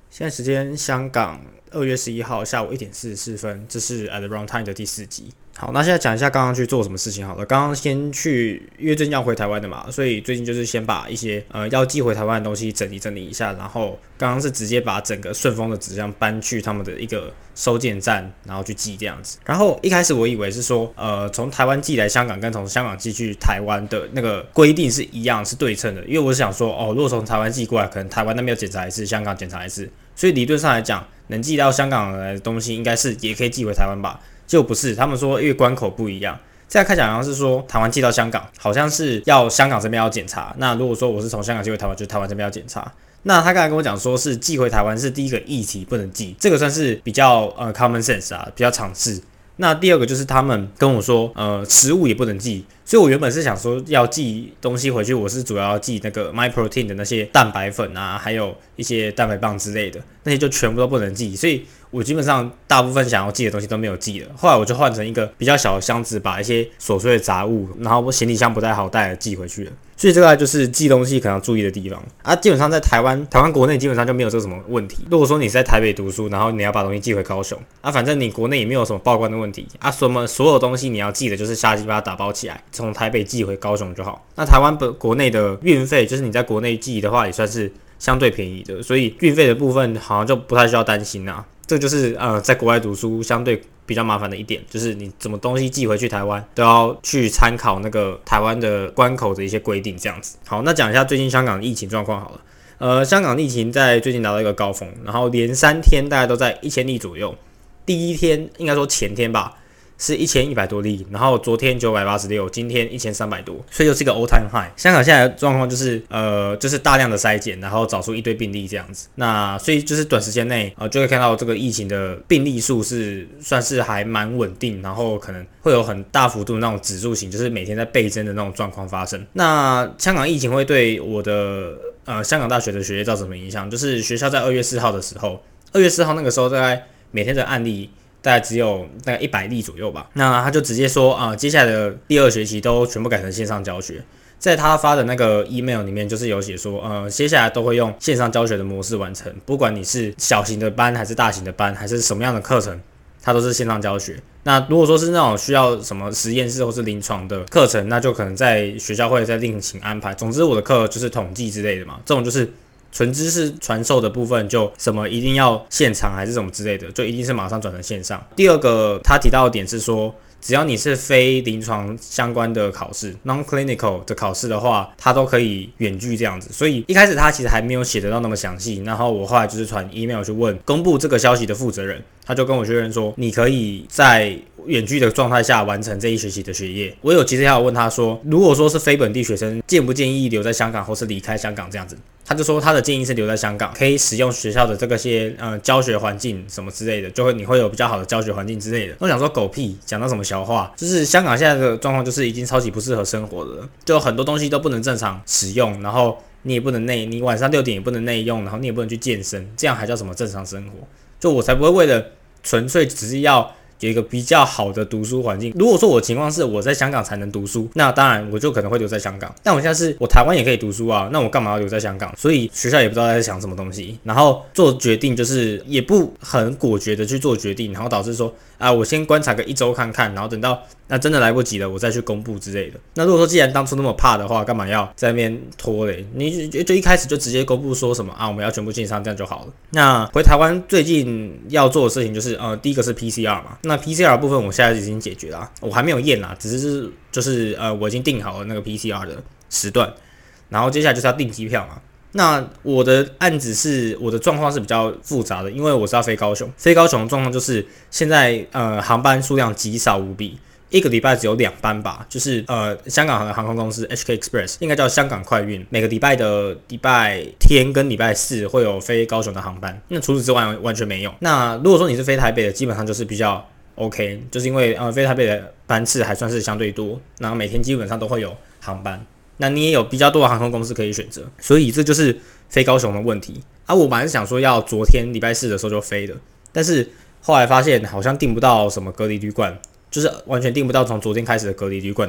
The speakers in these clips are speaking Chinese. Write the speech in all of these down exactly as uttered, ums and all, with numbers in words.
现在时间香港二月十一号下午一点四十四分，这是 At the Wrong Time 的第四集。好，那现在讲一下刚刚去做什么事情好了。刚刚先去，因为最近要回台湾的嘛，所以最近就是先把一些呃要寄回台湾的东西整理整理一下，然后刚刚是直接把整个顺丰的纸箱搬去他们的一个收件站，然后去寄这样子。然后一开始我以为是说，呃，从台湾寄来香港跟从香港寄去台湾的那个规定是一样，是对称的，因为我是想说，哦，如果从台湾寄过来，可能台湾那边要检查一次，香港检查一次，所以理论上来讲，能寄到香港来的东西，应该是也可以寄回台湾吧。结果不是，他们说因为关口不一样，这样看起来好像是说台湾寄到香港，好像是要香港这边要检查。那如果说我是从香港寄回台湾，就是台湾这边要检查。那他刚才跟我讲说是寄回台湾是第一个议题不能寄，这个算是比较呃 common sense 啊，比较常识。那第二个就是他们跟我说，呃，食物也不能寄，所以我原本是想说要寄东西回去，我是主要要寄那个 MyProtein 的那些蛋白粉啊，还有一些蛋白棒之类的，那些就全部都不能寄，所以我基本上大部分想要寄的东西都没有寄了。后来我就换成一个比较小的箱子，把一些琐碎的杂物，然后我行李箱不太好带的寄回去了。所以这个就是寄东西可能要注意的地方啊。基本上在台湾，台湾国内基本上就没有这个什么问题。如果说你是在台北读书，然后你要把东西寄回高雄啊，反正你国内也没有什么报关的问题啊。什么所有东西你要寄的，就是下机把它打包起来，从台北寄回高雄就好。那台湾本国内的运费，就是你在国内寄的话，也算是相对便宜的，所以运费的部分好像就不太需要担心啦。这就是呃，在国外读书相对比较麻烦的一点，就是你怎么东西寄回去台湾，都要去参考那个台湾的关口的一些规定，这样子。好，那讲一下最近香港的疫情状况好了。呃，香港疫情在最近达到一个高峰，然后连三天大概都在一千例左右。第一天应该说前天吧，是一千一百多例，然后昨天九百八十六，今天一千三百多，所以又是一个 all time high。香港现在的状况就是呃，就是大量的筛检，然后找出一堆病例这样子。那所以就是短时间内呃，就会看到这个疫情的病例数是算是还蛮稳定，然后可能会有很大幅度那种指数型，就是每天在倍增的那种状况发生。那香港疫情会对我的呃香港大学的学业造成什么影响？就是学校在二月四号的时候，二月四号那个时候大概每天的案例大概只有大概一百例左右吧。那他就直接说啊、呃，接下来的第二学期都全部改成线上教学。在他发的那个 email 里面，就是有写说，呃，接下来都会用线上教学的模式完成，不管你是小型的班还是大型的班，还是什么样的课程，它都是线上教学。那如果说是那种需要什么实验室或是临床的课程，那就可能在学校会再另行安排。总之，我的课就是统计之类的嘛，这种就是纯知识传授的部分，就什么一定要现场还是什么之类的，就一定是马上转成线上。第二个他提到的点是说，只要你是非临床相关的考试 non-clinical 的考试的话，它都可以远距这样子。所以一开始他其实还没有写得到那么详细，然后我后来就是传 email 去问公布这个消息的负责人，他就跟我确认说，你可以在远距的状态下完成这一学期的学业。我有其实还有问他说，如果说是非本地学生，建不建议留在香港或是离开香港这样子。他就说他的建议是留在香港，可以使用学校的这个些呃教学环境什么之类的，就会你会有比较好的教学环境之类的。我想说狗屁，讲到什么小话，就是香港现在的状况就是已经超级不适合生活的了，就很多东西都不能正常使用，然后你也不能内，你晚上六点也不能内用，然后你也不能去健身，这样还叫什么正常生活？就我才不会为了纯粹只是要有一个比较好的读书环境。如果说我的情况是我在香港才能读书，那当然我就可能会留在香港。但我现在是我台湾也可以读书啊，那我干嘛要留在香港？所以学校也不知道在想什么东西，然后做决定就是也不很果决的去做决定，然后导致说啊，我先观察个一周看看，然后等到那真的来不及了，我再去公布之类的。那如果说既然当初那么怕的话，干嘛要在那边拖嘞？你就就一开始就直接公布说什么啊，我们要全部线上，这样就好了。那回台湾最近要做的事情就是呃，第一个是 P C R 嘛。那 P C R 的部分我现在已经解决了，我还没有验啦，只是就是呃我已经订好了那个 P C R 的时段，然后接下来就是要订机票嘛。那我的案子是我的状况是比较复杂的，因为我是要飞高雄，飞高雄的状况就是现在呃航班数量极少无比。一个礼拜只有两班吧，就是呃香港的航空公司 H K Express 应该叫香港快运，每个礼拜的礼拜天跟礼拜四会有飞高雄的航班，那除此之外完全没有。那如果说你是飞台北的，基本上就是比较 OK， 就是因为呃飞台北的班次还算是相对多，然后每天基本上都会有航班，那你也有比较多的航空公司可以选择，所以这就是飞高雄的问题啊。我本来是想说要昨天礼拜四的时候就飞的，但是后来发现好像订不到什么隔离旅馆。就是完全订不到从昨天开始的隔离旅馆的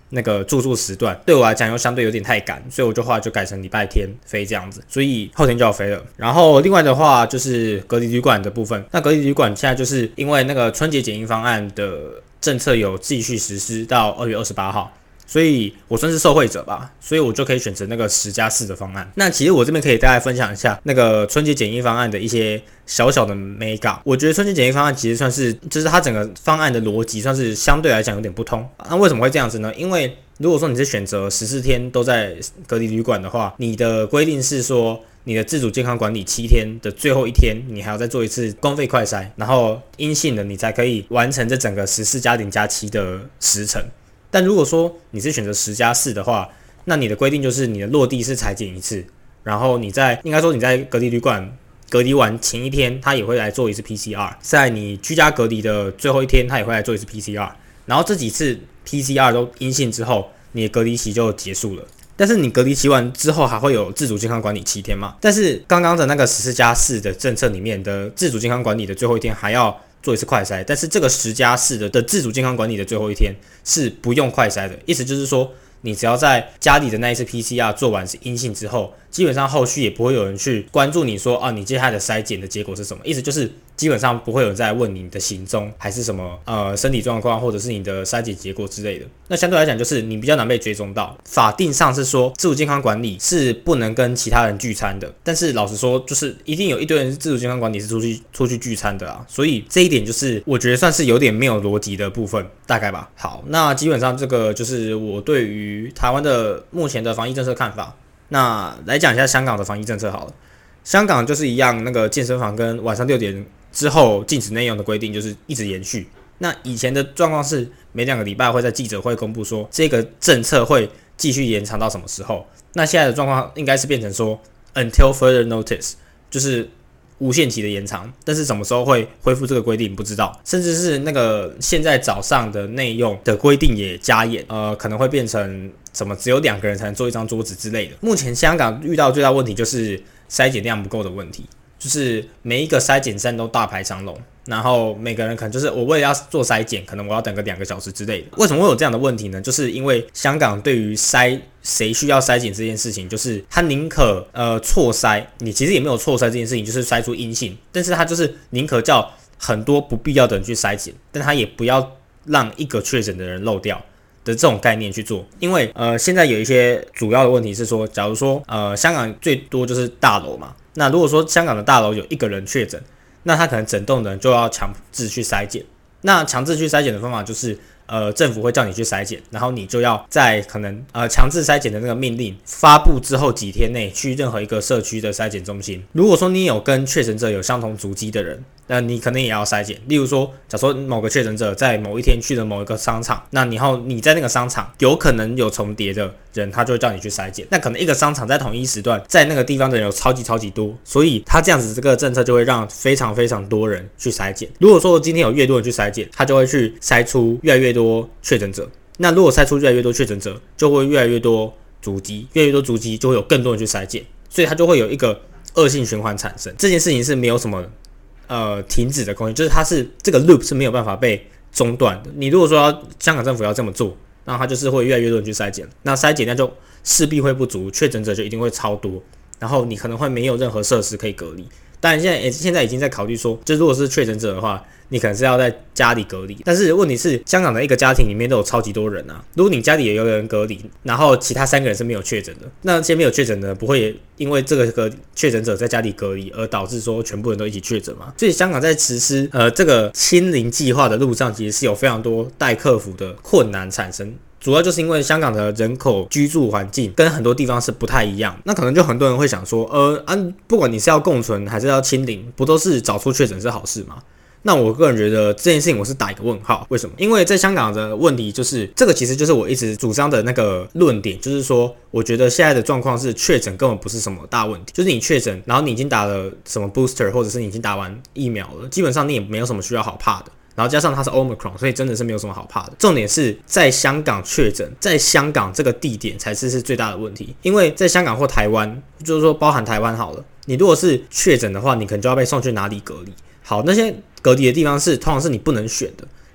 那个住宿时段对我来讲又相对有点太赶，所以我就后来就改成礼拜天飞这样子，所以后天就要飞了。然后另外的话就是隔离旅馆的部分，那隔离旅馆现在就是因为那个春节检疫方案的政策有继续实施到二月二十八号。所以我算是受惠者吧，所以我就可以选择那个十加四的方案。那其实我这边可以大概分享一下那个春节检疫方案的一些小小的 mega。我觉得春节检疫方案其实算是，就是它整个方案的逻辑算是相对来讲有点不通。那为什么会这样子呢？因为如果说你是选择十四天都在隔离旅馆的话，你的规定是说你的自主健康管理七天的最后一天，你还要再做一次公费快筛，然后阴性的你才可以完成这整个十四加零加七的时程。但如果说你是选择十加四的话，那你的规定就是你的落地是采检一次，然后你在应该说你在隔离旅馆隔离完前一天，他也会来做一次 P C R， 在你居家隔离的最后一天，他也会来做一次 P C R， 然后这几次 P C R 都阴性之后，你的隔离期就结束了。但是你隔离期完之后还会有自主健康管理七天嘛？但是刚刚的那个十四加四的政策里面的自主健康管理的最后一天还要做一次快筛，但是这个十加四的的自主健康管理的最后一天是不用快筛的，意思就是说，你只要在家里的那一次 P C R 做完是阴性之后，基本上后续也不会有人去关注你说啊，你接下来的筛检的结果是什么，意思就是基本上不会有人在问你的行踪还是什么呃身体状况或者是你的筛检结果之类的。那相对来讲就是你比较难被追踪到。法定上是说自主健康管理是不能跟其他人聚餐的，但是老实说就是一定有一堆人是自主健康管理是出去出去聚餐的啊，所以这一点就是我觉得算是有点没有逻辑的部分，大概吧。好，那基本上这个就是我对于台湾的目前的防疫政策看法。那来讲一下香港的防疫政策好了。香港就是一样，那个健身房跟晚上六点之后禁止内用的规定就是一直延续。那以前的状况是每两个礼拜会在记者会公布说这个政策会继续延长到什么时候。那现在的状况应该是变成说 until further notice， 就是无限期的延长，但是什么时候会恢复这个规定不知道，甚至是那个现在早上的内用的规定也加严，呃，可能会变成什么只有两个人才能坐一张桌子之类的。目前香港遇到最大问题就是筛检量不够的问题，就是每一个筛检站都大排长龙，然后每个人可能就是我为了要做筛检，可能我要等个两个小时之类的。为什么会有这样的问题呢？就是因为香港对于筛谁需要筛检这件事情，就是他宁可呃错筛，你其实也没有错筛这件事情，就是筛出阴性，但是他就是宁可叫很多不必要的人去筛检，但他也不要让一个确诊的人漏掉的这种概念去做。因为呃现在有一些主要的问题是说，假如说呃香港最多就是大楼嘛，那如果说香港的大楼有一个人确诊，那他可能整栋的人就要强制去筛检。那强制去筛检的方法就是，呃，政府会叫你去筛检，然后你就要在可能呃强制筛检的那个命令发布之后几天内去任何一个社区的筛检中心。如果说你有跟确诊者有相同足迹的人，那你可能也要筛检。例如说，假如说某个确诊者在某一天去了某一个商场，那然后你在那个商场有可能有重叠的人，他就会叫你去筛检。那可能一个商场在同一时段，在那个地方的人有超级超级多，所以他这样子这个政策就会让非常非常多人去筛检。如果说今天有越多人去筛检，他就会去筛出越来越多确诊者。那如果筛出越来越多确诊者，就会越来越多足迹，越来越多足迹就会有更多人去筛检，所以它就会有一个恶性循环产生。这件事情是没有什么呃停止的空间，就是它是这个 loop 是没有办法被中断的。你如果说要香港政府要这么做，那它就是会越来越多人去筛检，那筛检量就势必会不足，确诊者就一定会超多，然后你可能会没有任何设施可以隔离。当然现在现在已经在考虑说，就如果是确诊者的话，你可能是要在家里隔离，但是问题是香港的一个家庭里面都有超级多人啊，如果你家里也有人隔离，然后其他三个人是没有确诊的，那些没有确诊的不会因为这个确诊者在家里隔离而导致说全部人都一起确诊嘛？所以香港在实施呃这个清零计划的路上，其实是有非常多待克服的困难产生。主要就是因为香港的人口居住环境跟很多地方是不太一样，那可能就很多人会想说，呃，啊，不管你是要共存还是要清零，不都是找出确诊是好事吗？那我个人觉得这件事情我是打一个问号，为什么？因为在香港的问题就是，这个其实就是我一直主张的那个论点，就是说，我觉得现在的状况是确诊根本不是什么大问题，就是你确诊，然后你已经打了什么 booster， 或者是你已经打完疫苗了，基本上你也没有什么需要好怕的。然后加上它是 Omicron， 所以真的是没有什么好怕的。重点是在香港确诊，在香港这个地点才是是最大的问题。因为在香港或台湾，就是说包含台湾好了，你如果是确诊的话，你可能就要被送去哪里隔离。好，那些隔离的地方是通常是你不能选的。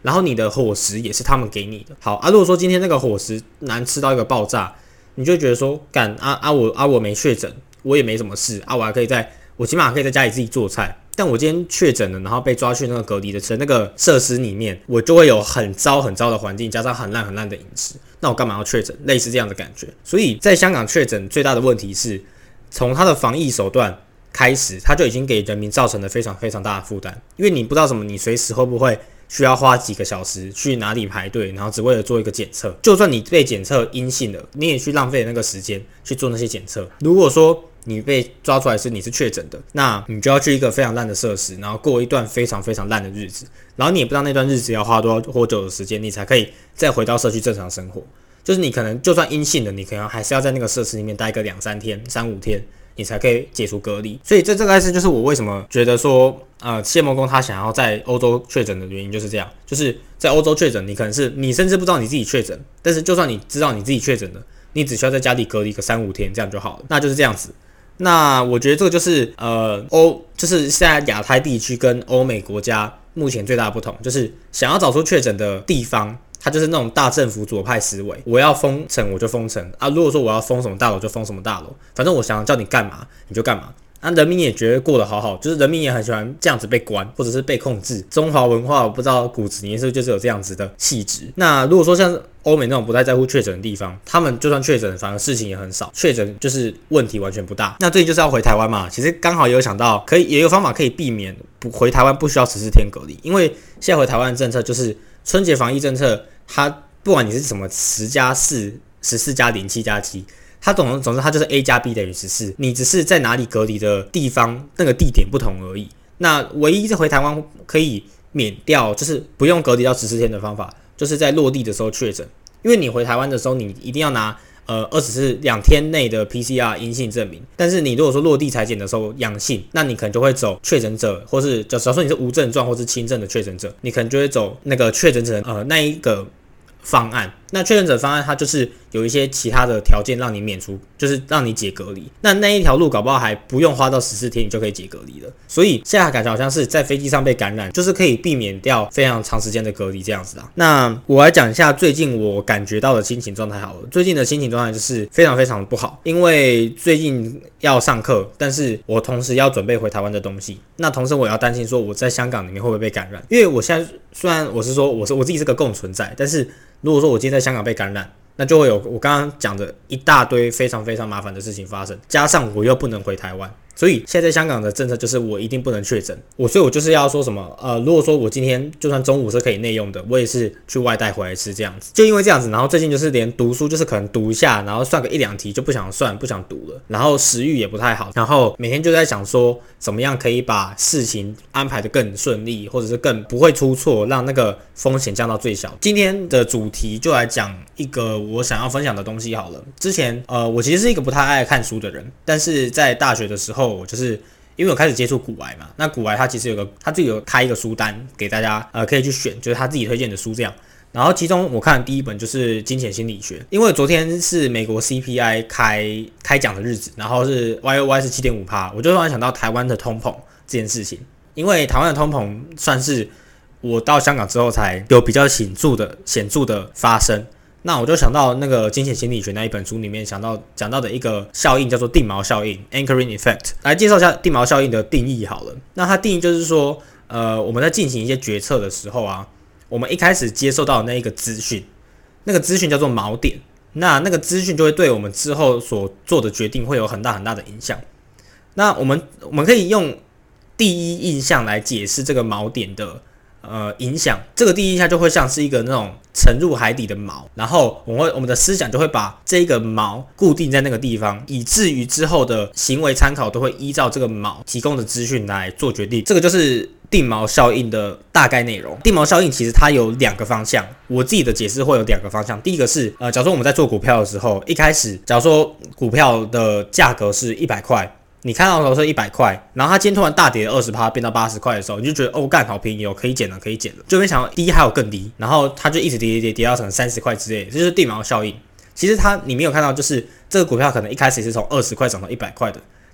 然后你的伙食也是他们给你的。好啊，如果说今天那个伙食难吃到一个爆炸，你就觉得说，干啊啊我啊我没确诊，我也没什么事啊，我还可以在，我起码可以在家里自己做菜。但我今天确诊了，然后被抓去那个隔离的那个设施里面，我就会有很糟很糟的环境，加上很烂很烂的饮食。那我干嘛要确诊？类似这样的感觉。所以在香港确诊最大的问题是，从他的防疫手段开始，他就已经给人民造成了非常非常大的负担。因为你不知道什么，你随时会不会需要花几个小时去哪里排队，然后只为了做一个检测。就算你被检测阴性了，你也去浪费那个时间去做那些检测。如果说你被抓出来是你是确诊的，那你就要去一个非常烂的设施，然后过一段非常非常烂的日子，然后你也不知道那段日子要花多多久的时间，你才可以再回到社区正常生活。就是你可能就算阴性的，你可能还是要在那个设施里面待个两三天、三五天，你才可以解除隔离。所以这这个是就是我为什么觉得说，呃，谢孟恭他想要在欧洲确诊的原因就是这样，就是在欧洲确诊，你可能是你甚至不知道你自己确诊，但是就算你知道你自己确诊了，你只需要在家里隔离个三五天，这样就好了，那就是这样子。那我觉得这个就是呃欧，就是现在亚太地区跟欧美国家目前最大的不同，就是想要找出确诊的地方，它就是那种大政府左派思维，我要封城我就封城啊，如果说我要封什么大楼就封什么大楼，反正我想叫你干嘛你就干嘛。那、啊、人民也觉得过得好好，就是人民也很喜欢这样子被关，或者是被控制。中华文化我不知道骨子里面是不是就是有这样子的气质。那如果说像欧美那种不太在乎确诊的地方，他们就算确诊，反而事情也很少，确诊就是问题完全不大。那最近就是要回台湾嘛，其实刚好也有想到，可以也有方法可以避免不回台湾不需要十四天隔离，因为现在回台湾的政策就是春节防疫政策，它不管你是什么十加四、十四加零、七加七。它总总之它就是 A 加 B 等于十四，你只是在哪里隔离的地方那个地点不同而已。那唯一是回台湾可以免掉，就是不用隔离到十四天的方法，就是在落地的时候确诊。因为你回台湾的时候，你一定要拿呃二十四两天内的 P C R 阴性证明。但是你如果说落地裁剪的时候阳性，那你可能就会走确诊者，或是假如说你是无症状或是轻症的确诊者，你可能就会走那个确诊者呃那一个方案。那确诊者方案它就是有一些其他的条件让你免除，就是让你解隔离。那那一条路搞不好还不用花到十四天，你就可以解隔离了。所以现在感觉好像是在飞机上被感染，就是可以避免掉非常长时间的隔离这样子啊。那我来讲一下最近我感觉到的心情状态好了。最近的心情状态就是非常非常不好，因为最近要上课，但是我同时要准备回台湾的东西。那同时我要担心说我在香港里面会不会被感染，因为我现在虽然我是说我是我自己是个共存在，但是如果说我今天在香港被感染，那就会有我刚刚讲的一大堆非常非常麻烦的事情发生，加上我又不能回台湾，所以现在在香港的政策就是我一定不能确诊，我所以我就是要说什么呃，如果说我今天就算中午是可以内用的，我也是去外带回来吃这样子，就因为这样子，然后最近就是连读书就是可能读一下，然后算个一两题就不想算不想读了，然后食欲也不太好，然后每天就在想说怎么样可以把事情安排得更顺利，或者是更不会出错，让那个风险降到最小。今天的主题就来讲一个我想要分享的东西好了。之前呃，我其实是一个不太爱看书的人，但是在大学的时候，我就是因为我开始接触股癌嘛，那股癌它其实有个它自己有开一个书单给大家，呃，可以去选，就是他自己推荐的书这样。然后其中我看的第一本就是《金钱心理学》，因为昨天是美国 C P I 开开奖的日子，然后是 Y O Y 是 百分之七点五， 我就突然想到台湾的通膨这件事情，因为台湾的通膨算是我到香港之后才有比较显著的显著的发生。那我就想到那个《金钱心理学》那一本书里面想到讲到的一个效应叫做定锚效应 （anchoring effect）。来介绍一下定锚效应的定义好了。那它定义就是说，呃，我们在进行一些决策的时候啊，我们一开始接受到的那一个资讯，那个资讯叫做锚点。那那个资讯就会对我们之后所做的决定会有很大很大的影响。那我们我们可以用第一印象来解释这个锚点的呃影响。这个第一印象就会像是一个那种沉入海底的锚，然后我们会我们的思想就会把这个锚固定在那个地方，以至于之后的行为参考都会依照这个锚提供的资讯来做决定。这个就是定锚效应的大概内容。定锚效应其实它有两个方向，我自己的解释会有两个方向。第一个是呃，假如说我们在做股票的时候，一开始假如说股票的价格是一百块。你看到的时候是一百块，然后它今天突然大跌了 百分之二十 变到八十块的时候，你就觉得哦干好便宜哦，可以减了可以减了，就没想到低还有更低，然后它就一直跌跌跌跌到可能三十块之类的，这就是定锚效应。其实它你没有看到，就是这个股票可能一开始是从二十块涨到一百块的，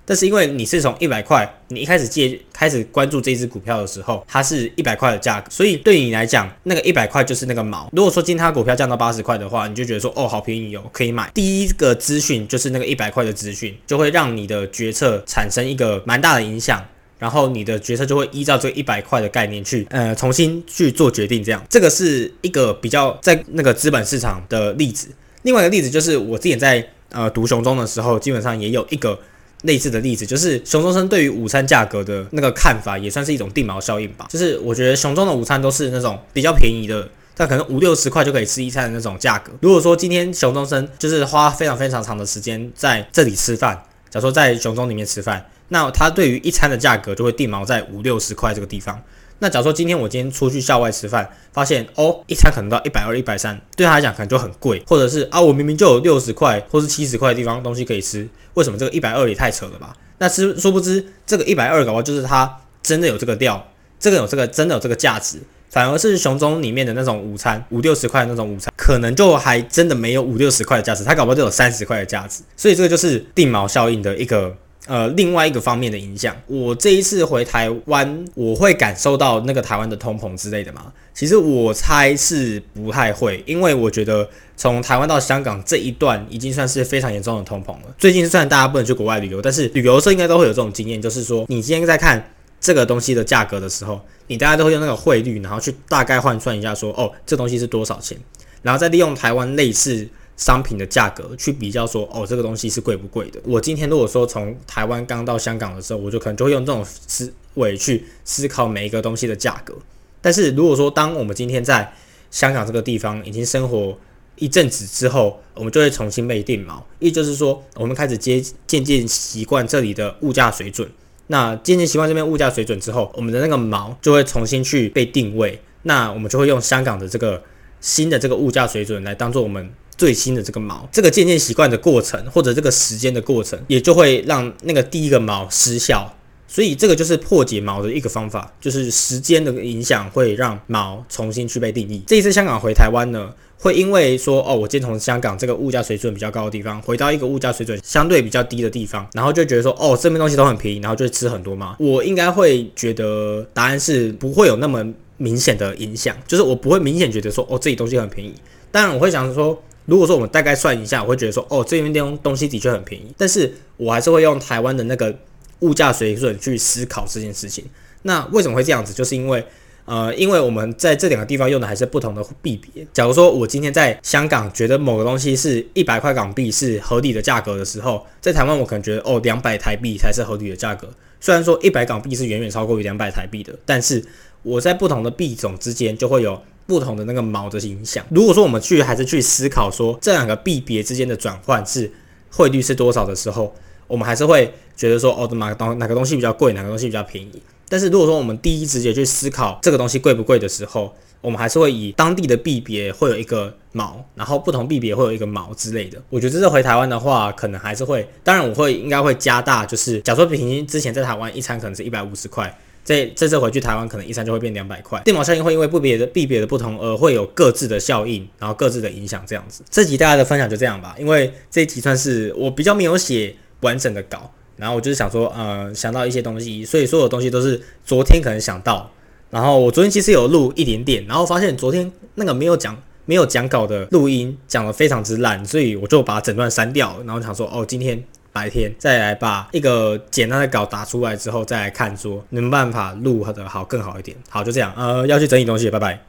但是因为你是从一百块，你一开始借开始关注这只股票的时候，它是一百块的价格，所以对你来讲，那个一百块就是那个毛。如果说今天它股票降到八十块的话，你就觉得说哦好便宜哦，可以买。第一个资讯就是那个一百块的资讯，就会让你的决策产生一个蛮大的影响。然后你的决策就会依照这个一百块的概念去，呃，重新去做决定。这样，这个是一个比较在那个资本市场的例子。另外一个例子就是我之前在呃读熊中的时候，基本上也有一个类似的例子，就是熊中生对于午餐价格的那个看法，也算是一种定锚效应吧。就是我觉得熊中的午餐都是那种比较便宜的。但可能五六十块就可以吃一餐的那种价格。如果说今天熊中生就是花非常非常长的时间在这里吃饭，假如说在熊中里面吃饭，那他对于一餐的价格就会定锚在五六十块这个地方。那假如说今天我今天出去校外吃饭，发现哦一餐可能到一百二、一百三，对他来讲可能就很贵，或者是啊我明明就有六十块或是七十块的地方东西可以吃，为什么这个一百二也太扯了吧？那是殊不知这个一百二搞不好就是他真的有这个料，这个有这个真的有这个价值。反而是熊中里面的那种午餐，五六十块的那种午餐，可能就还真的没有五六十块的价值，它搞不好就有三十块的价值。所以这个就是定锚效应的一个呃另外一个方面的影响。我这一次回台湾，我会感受到那个台湾的通膨之类的吗？其实我猜是不太会，因为我觉得从台湾到香港这一段已经算是非常严重的通膨了。最近虽然大家不能去国外旅游，但是旅游社应该都会有这种经验，就是说你今天在看这个东西的价格的时候，你大家都会用那个汇率，然后去大概换算一下说，哦，这东西是多少钱，然后再利用台湾类似商品的价格去比较说，哦，这个东西是贵不贵的。我今天如果说从台湾刚到香港的时候，我就可能就会用这种思维去思考每一个东西的价格。但是如果说当我们今天在香港这个地方已经生活一阵子之后，我们就会重新被定锚，也就是说，我们开始渐渐习惯这里的物价水准。那渐渐习惯这边物价水准之后，我们的那个锚就会重新去被定位。那我们就会用香港的这个新的这个物价水准来当做我们最新的这个锚。这个渐渐习惯的过程，或者这个时间的过程，也就会让那个第一个锚失效。所以这个就是破解锚的一个方法，就是时间的影响会让锚重新去被定义。这一次香港回台湾呢，会因为说哦，我今天从香港这个物价水准比较高的地方，回到一个物价水准相对比较低的地方，然后就觉得说哦，这边东西都很便宜，然后就吃很多嘛。我应该会觉得答案是不会有那么明显的影响，就是我不会明显觉得说哦，这里东西很便宜。当然我会想说，如果说我们大概算一下，我会觉得说哦，这边东西的确很便宜，但是我还是会用台湾的那个物价水准去思考这件事情。那为什么会这样子？就是因为呃，因为我们在这两个地方用的还是不同的币别。假如说我今天在香港觉得某个东西是一百块港币是合理的价格的时候，在台湾我可能觉得哦，两百台币才是合理的价格。虽然说一百港币是远远超过于两百台币的，但是我在不同的币种之间就会有不同的那个锚的影响。如果说我们去还是去思考说这两个币别之间的转换是汇率是多少的时候，我们还是会觉得说哦，哪个哪个东西比较贵，哪个东西比较便宜。但是如果说我们第一直觉去思考这个东西贵不贵的时候，我们还是会以当地的币别会有一个锚，然后不同币别会有一个锚之类的。我觉得这次回台湾的话，可能还是会，当然我会应该会加大，就是假如说平均之前在台湾一餐可能是一百五十块，这这次回去台湾可能一餐就会变两百块。定锚效应会因为不别的币别的不同而会有各自的效应，然后各自的影响这样子。这集大家的分享就这样吧，因为这一集算是我比较没有写完整的稿。然后我就是想说，呃，想到一些东西，所以所有东西都是昨天可能想到。然后我昨天其实有录一点点，然后发现昨天那个没有讲没有讲稿的录音讲得非常之烂，所以我就把整段删掉。然后想说，哦，今天白天再来把一个简单的稿打出来之后，再来看说能不能办法录的好更好一点。好，就这样，呃，要去整理东西，拜拜。